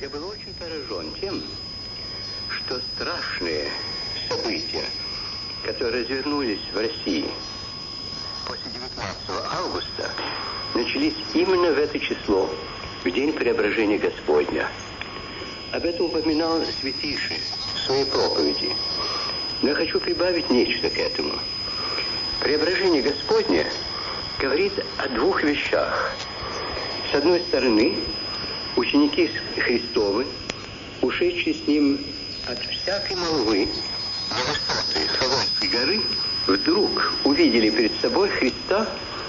Я был очень поражен тем, что страшные события, которые развернулись в России после 19 августа, начались именно в это число, в день Преображения Господня. Об этом упоминал Святейший в своей проповеди. Но я хочу прибавить нечто к этому. Преображение Господне говорит о двух вещах. С одной стороны, ученики Христовы, ушедшие с ним от всякой молвы на высоты Хавонской горы, вдруг увидели перед собой Христа,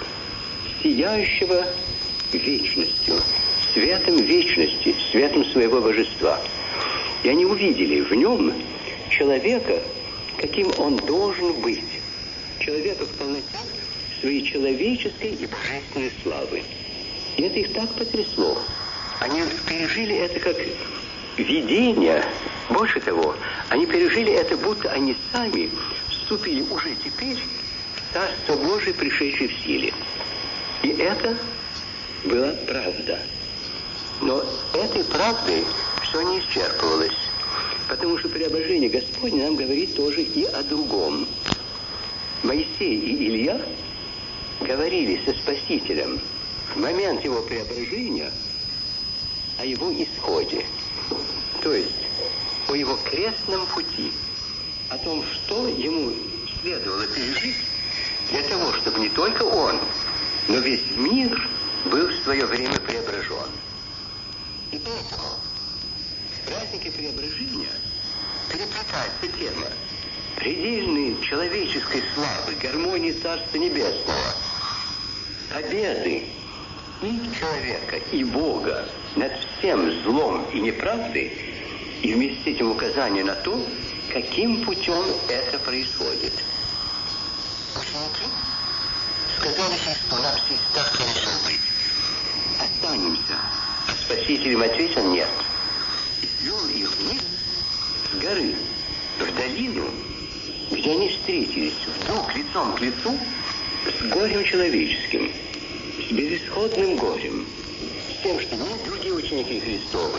сияющего вечностью, светом вечности, светом своего божества. И они увидели в нем человека, каким он должен быть. Человека в полноте своей человеческой и божественной славы. И это их так потрясло. Они пережили это как видение. Больше того, они пережили это, будто они сами вступили уже теперь в Царство Божие, пришедшее в силе. И это была правда. Но этой правдой все не исчерпывалось. Потому что преображение Господне нам говорит тоже и о другом. Моисей и Илья говорили со Спасителем в момент его преображения о его исходе. То есть о его крестном пути. О том, что ему следовало пережить для того, чтобы не только он, но весь мир был в свое время преображен. И поэтому в празднике преображения переплетается тема предельной человеческой славы, гармонии Царства Небесного, победы и человека, и Бога над всем злом и неправдой, и вместе с этим указание на то, каким путем это происходит. Ученики сказали Христу: нам здесь так хорошо быть. Останемся. А Спаситель им ответил: нет. И вел их вниз с горы, в долину, где они встретились вдруг лицом к лицу с горем человеческим, с безысходным горем, с тем, что ни другие ученики Христовы,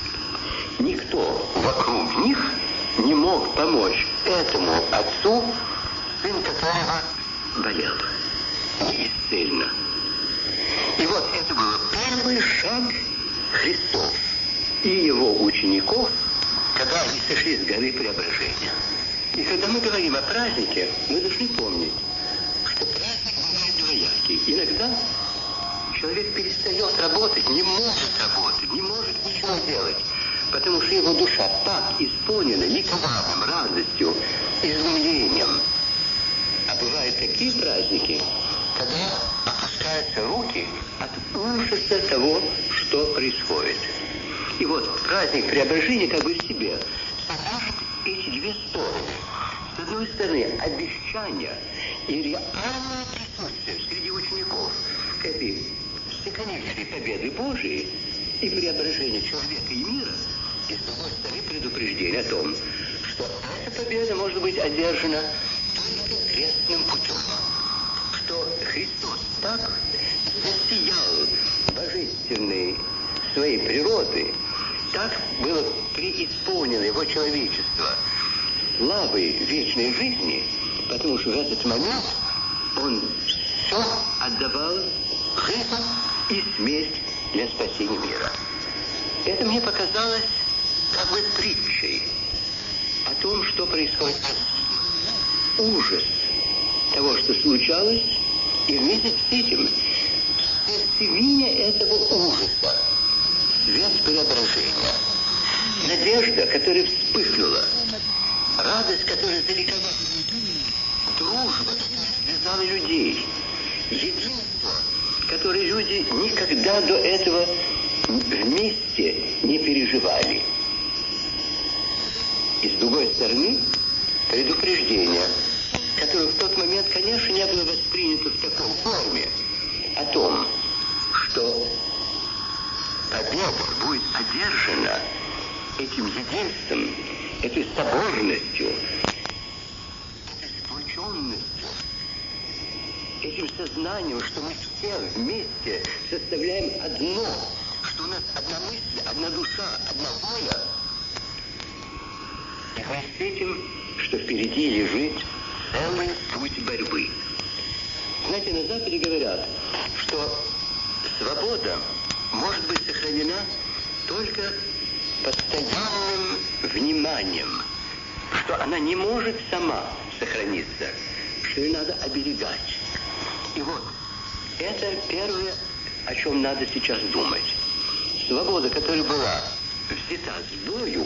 никто вокруг них не мог помочь этому отцу, сын которого болел неисцельно. И вот это был первый шаг Христов и его учеников, когда они сошли с горы Преображения. И когда мы говорим о празднике, мы должны помнить, что праздник бывает двоякий. Иногда человек перестает работать, не может работать, не может ничего делать, потому что его душа так исполнена ликованием, радостью, изумлением. А бывают такие праздники, когда опускаются руки от ужаса того, что происходит. И вот праздник Преображения как бы в себе содержит эти две стороны. С одной стороны, обещание и реальное присутствие среди учеников этой всеконечной победы Божией и преображения человека и мира, и с другой стороны, предупреждение о том, что эта победа может быть одержана только крестным путем. Что Христос так засиял божественной своей природы, так было преисполнено его человечество славой вечной жизни, потому что в этот момент он все отдавал жизнь и смерть для спасения мира. Это мне показалось как бы притчей о том, что происходит в России. Ужас того, что случалось, и вместе с этим сердцевине этого ужаса свет преображения. Надежда, которая вспыхнула, радость, которая заликовала, дружба, которая связала людей, единство, которое люди никогда до этого вместе не переживали. И с другой стороны, предупреждение, которое в тот момент, конечно, не было воспринято в такой форме, о том, что победа будет одержана этим единством, этой соборностью, этой сплоченностью, этим сознанием, что мы все вместе составляем одно, что у нас одна мысль, одна душа, одна что впереди лежит целый путь борьбы. Знаете, на Западе говорят, что свобода может быть сохранена только постоянным вниманием, что она не может сама сохраниться, что ее надо оберегать. И вот, это первое, о чем надо сейчас думать. Свобода, которая была взята с бою,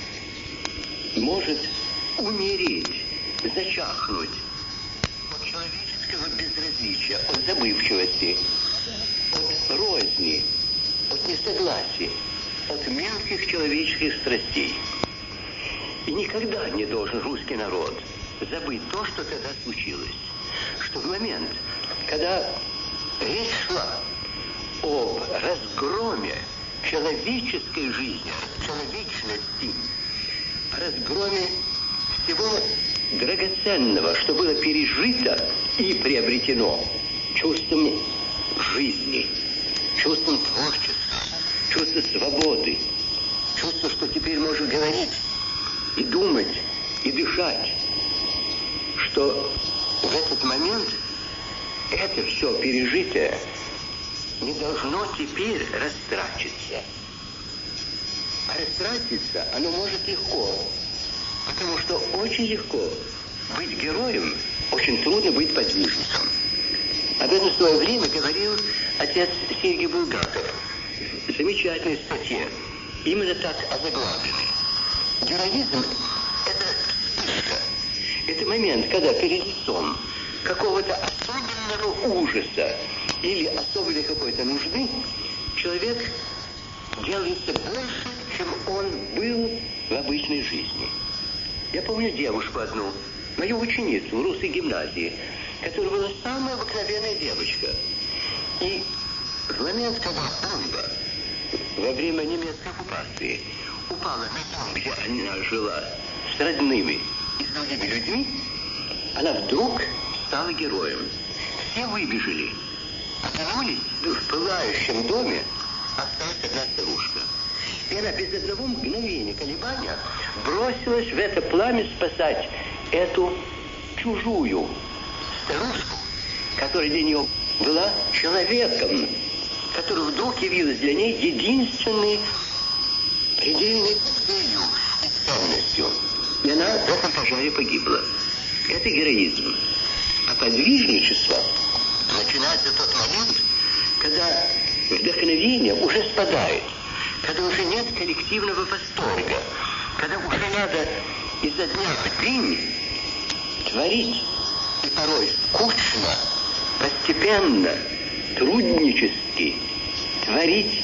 может умереть, зачахнуть от человеческого безразличия, от забывчивости, от розни, от несогласия, от мелких человеческих страстей. И никогда не должен русский народ забыть то, что тогда случилось. Что в момент, когда речь шла об разгроме человеческой жизни, человечности, о разгроме всего драгоценного, что было пережито и приобретено чувством жизни, чувством творчества, чувством свободы, чувством, что теперь можем говорить и думать, и дышать, что в этот момент это все пережитое не должно теперь растратиться. А растратиться оно может легко, потому что очень легко быть героем, очень трудно быть подвижником. Об этом в свое время говорил отец Сергий Булгаков в замечательной статье, именно так озаглавленной. Героизм – это вспышка. Это момент, когда перед лицом какого-то особенного ужаса или особенной какой-то нужды человек делается больше, чем он был в обычной жизни. Я помню девушку одну, мою ученицу в русской гимназии, которая была самая обыкновенная девочка. И в момент, когда бомба во время немецкой оккупации упала на дом, где она жила с родными и с другими людьми, она вдруг стала героем. Все выбежали, оказались в пылающем доме, осталась одна старушка. И она без одного мгновения колебания бросилась в это пламя спасать эту чужую старушку, которая для нее была человеком, который вдруг явилась для ней единственной предельной целью и ценностью. И она в этом пожаре погибла. Это героизм. А подвижничество начинается в тот момент, когда вдохновение уже спадает, когда уже нет коллективного восторга, когда уже надо изо дня в день творить, и порой скучно, постепенно, труднически творить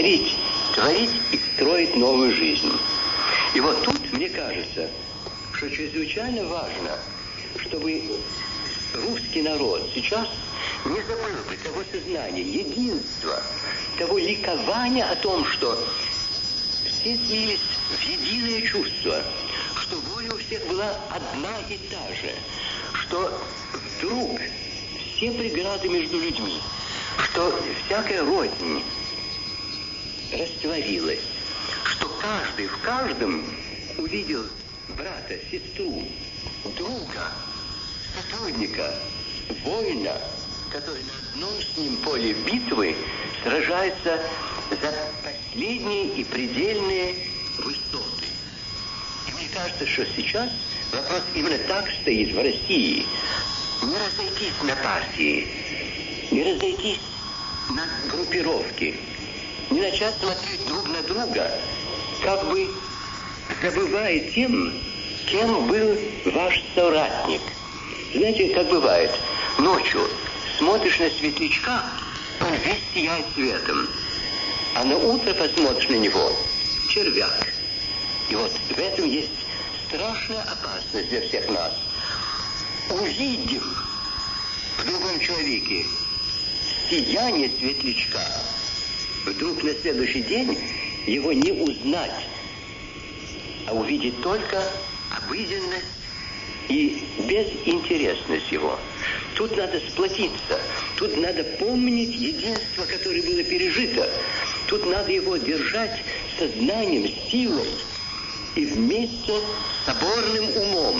и строить новую жизнь. И вот тут, мне кажется, что чрезвычайно важно, чтобы русский народ сейчас не забыл бы того сознания, единства, того ликования о том, что все слились в единое чувство, что воля у всех была одна и та же, что вдруг все преграды между людьми, что всякая рознь растворилась, что каждый в каждом увидел брата, сестру, друга, сотрудника, воина, который на одном с ним поле битвы сражается за последние и предельные высоты. И мне кажется, что сейчас вопрос именно так стоит в России. Не разойтись на партии, не разойтись на группировки, не начать смотреть друг на друга, как бы забывая тем, кем был ваш соратник. Знаете, как бывает, ночью смотришь на светлячка, он весь сияет светом, а на утро посмотришь на него — червяк. И вот в этом есть страшная опасность для всех нас. Увидев в другом человеке сияние светлячка, вдруг на следующий день его не узнать, а увидеть только обыденность и безинтересность его. Тут надо сплотиться, тут надо помнить единство, которое было пережито. Тут надо его держать сознанием, силой и вместе с соборным умом.